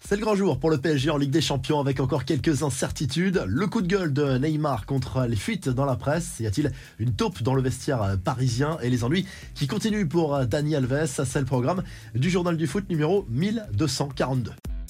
C'est le grand jour pour le PSG en Ligue des Champions avec encore quelques incertitudes. Le coup de gueule de Neymar contre les fuites dans la presse. Y a-t-il une taupe dans le vestiaire parisien et les ennuis qui continuent pour Dani Alves? C'est le programme du journal du foot numéro 1242.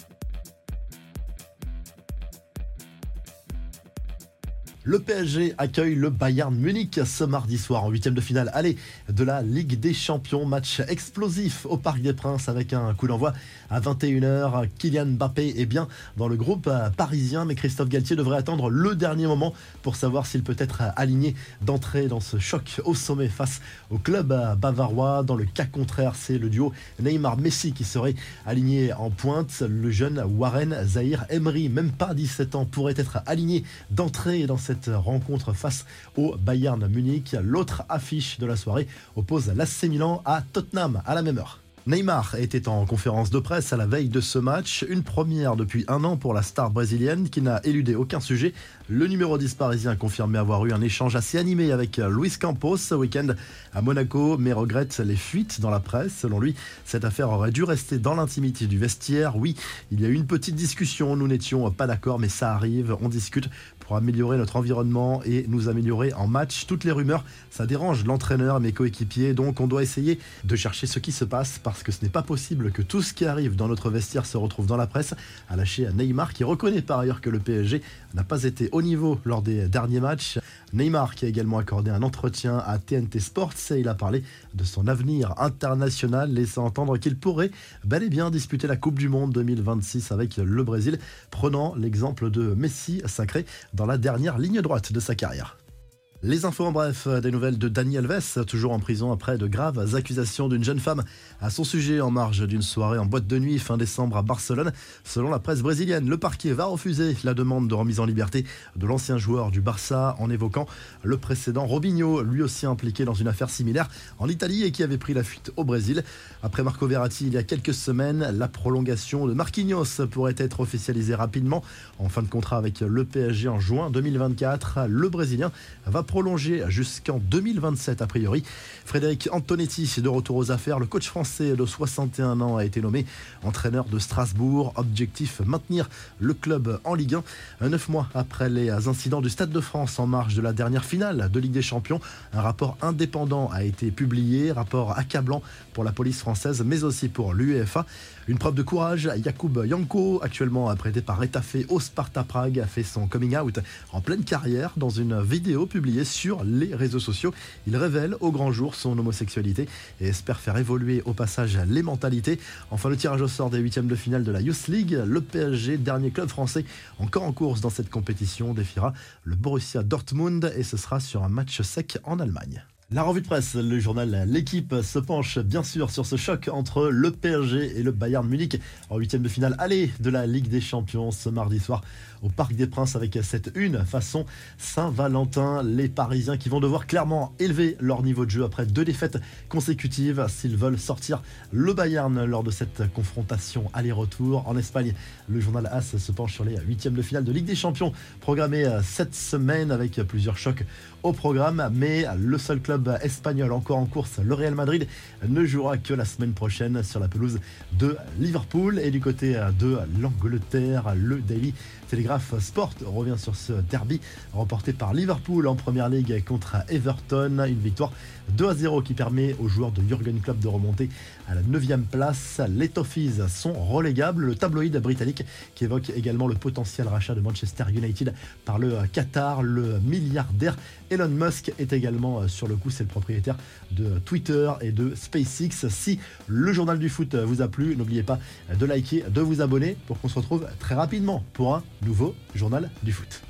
Le PSG accueille le Bayern Munich ce mardi soir en huitième de finale aller de la Ligue des Champions. Match explosif au Parc des Princes avec un coup d'envoi à 21h. Kylian Mbappé est bien dans le groupe parisien, mais Christophe Galtier devrait attendre le dernier moment pour savoir s'il peut être aligné d'entrée dans ce choc au sommet face au club bavarois. Dans le cas contraire, c'est le duo Neymar-Messi qui serait aligné en pointe. Le jeune Warren Zaïre-Emery, même pas 17 ans, pourrait être aligné d'entrée dans cette rencontre face au Bayern Munich. L'autre affiche de la soirée oppose l'AC Milan à Tottenham à la même heure. Neymar était en conférence de presse à la veille de ce match, une première depuis un an pour la star brésilienne qui n'a éludé aucun sujet. Le numéro 10 parisien a confirmé avoir eu un échange assez animé avec Luis Campos ce week-end à Monaco, mais regrette les fuites dans la presse. Selon lui, cette affaire aurait dû rester dans l'intimité du vestiaire. Oui, il y a eu une petite discussion, nous n'étions pas d'accord, mais ça arrive, on discute pour améliorer notre environnement et nous améliorer en match. Toutes les rumeurs, ça dérange l'entraîneur et mes coéquipiers, donc on doit essayer de chercher ce qui se passe parce que ce n'est pas possible que tout ce qui arrive dans notre vestiaire se retrouve dans la presse, a lâché Neymar qui reconnaît par ailleurs que le PSG n'a pas été au niveau lors des derniers matchs. Neymar qui a également accordé un entretien à TNT Sports et il a parlé de son avenir international, laissant entendre qu'il pourrait bel et bien disputer la Coupe du Monde 2026 avec le Brésil, prenant l'exemple de Messi sacré dans la dernière ligne droite de sa carrière. Les infos en bref, des nouvelles de Dani Alves, toujours en prison après de graves accusations d'une jeune femme à son sujet en marge d'une soirée en boîte de nuit fin décembre à Barcelone. Selon la presse brésilienne, le parquet va refuser la demande de remise en liberté de l'ancien joueur du Barça en évoquant le précédent Robinho, lui aussi impliqué dans une affaire similaire en Italie et qui avait pris la fuite au Brésil. Après Marco Verratti il y a quelques semaines, la prolongation de Marquinhos pourrait être officialisée rapidement. En fin de contrat avec le PSG en juin 2024, le Brésilien va prolongé jusqu'en 2027 a priori. Frédéric Antonetti de retour aux affaires. Le coach français de 61 ans a été nommé entraîneur de Strasbourg. Objectif, maintenir le club en Ligue 1. 9 mois après les incidents du Stade de France en marge de la dernière finale de Ligue des Champions, un rapport indépendant a été publié. Rapport accablant pour la police française mais aussi pour l'UEFA. Une preuve de courage, Jakub Janko, actuellement prêté par Retafe au Sparta Prague, a fait son coming out en pleine carrière dans une vidéo publiée sur les réseaux sociaux. Il révèle au grand jour son homosexualité et espère faire évoluer au passage les mentalités. Enfin, le tirage au sort des huitièmes de finale de la Youth League. Le PSG, dernier club français encore en course dans cette compétition, défiera le Borussia Dortmund et ce sera sur un match sec en Allemagne. La revue de presse, le journal L'équipe se penche bien sûr sur ce choc entre le PSG et le Bayern Munich en huitième de finale aller de la Ligue des Champions ce mardi soir au Parc des Princes avec cette une façon Saint-Valentin. Les Parisiens qui vont devoir clairement élever leur niveau de jeu après 2 défaites consécutives s'ils veulent sortir le Bayern lors de cette confrontation aller-retour. En Espagne, le journal AS se penche sur les huitièmes de finale de Ligue des Champions programmés cette semaine avec plusieurs chocs au programme, mais le seul club espagnol encore en course, le Real Madrid, ne jouera que la semaine prochaine sur la pelouse de Liverpool. Et du côté de l'Angleterre, le Daily Telegraph Sport revient sur ce derby remporté par Liverpool en Première Ligue contre Everton. Une victoire 2-0 qui permet aux joueurs de Jürgen Klopp de remonter à la 9e place. Les Toffees sont relégables. Le tabloïd britannique qui évoque également le potentiel rachat de Manchester United par le Qatar. Le milliardaire Elon Musk est également sur le coup. C'est le propriétaire de Twitter et de SpaceX. Si le journal du foot vous a plu, n'oubliez pas de liker, de vous abonner pour qu'on se retrouve très rapidement pour un nouveau journal du foot.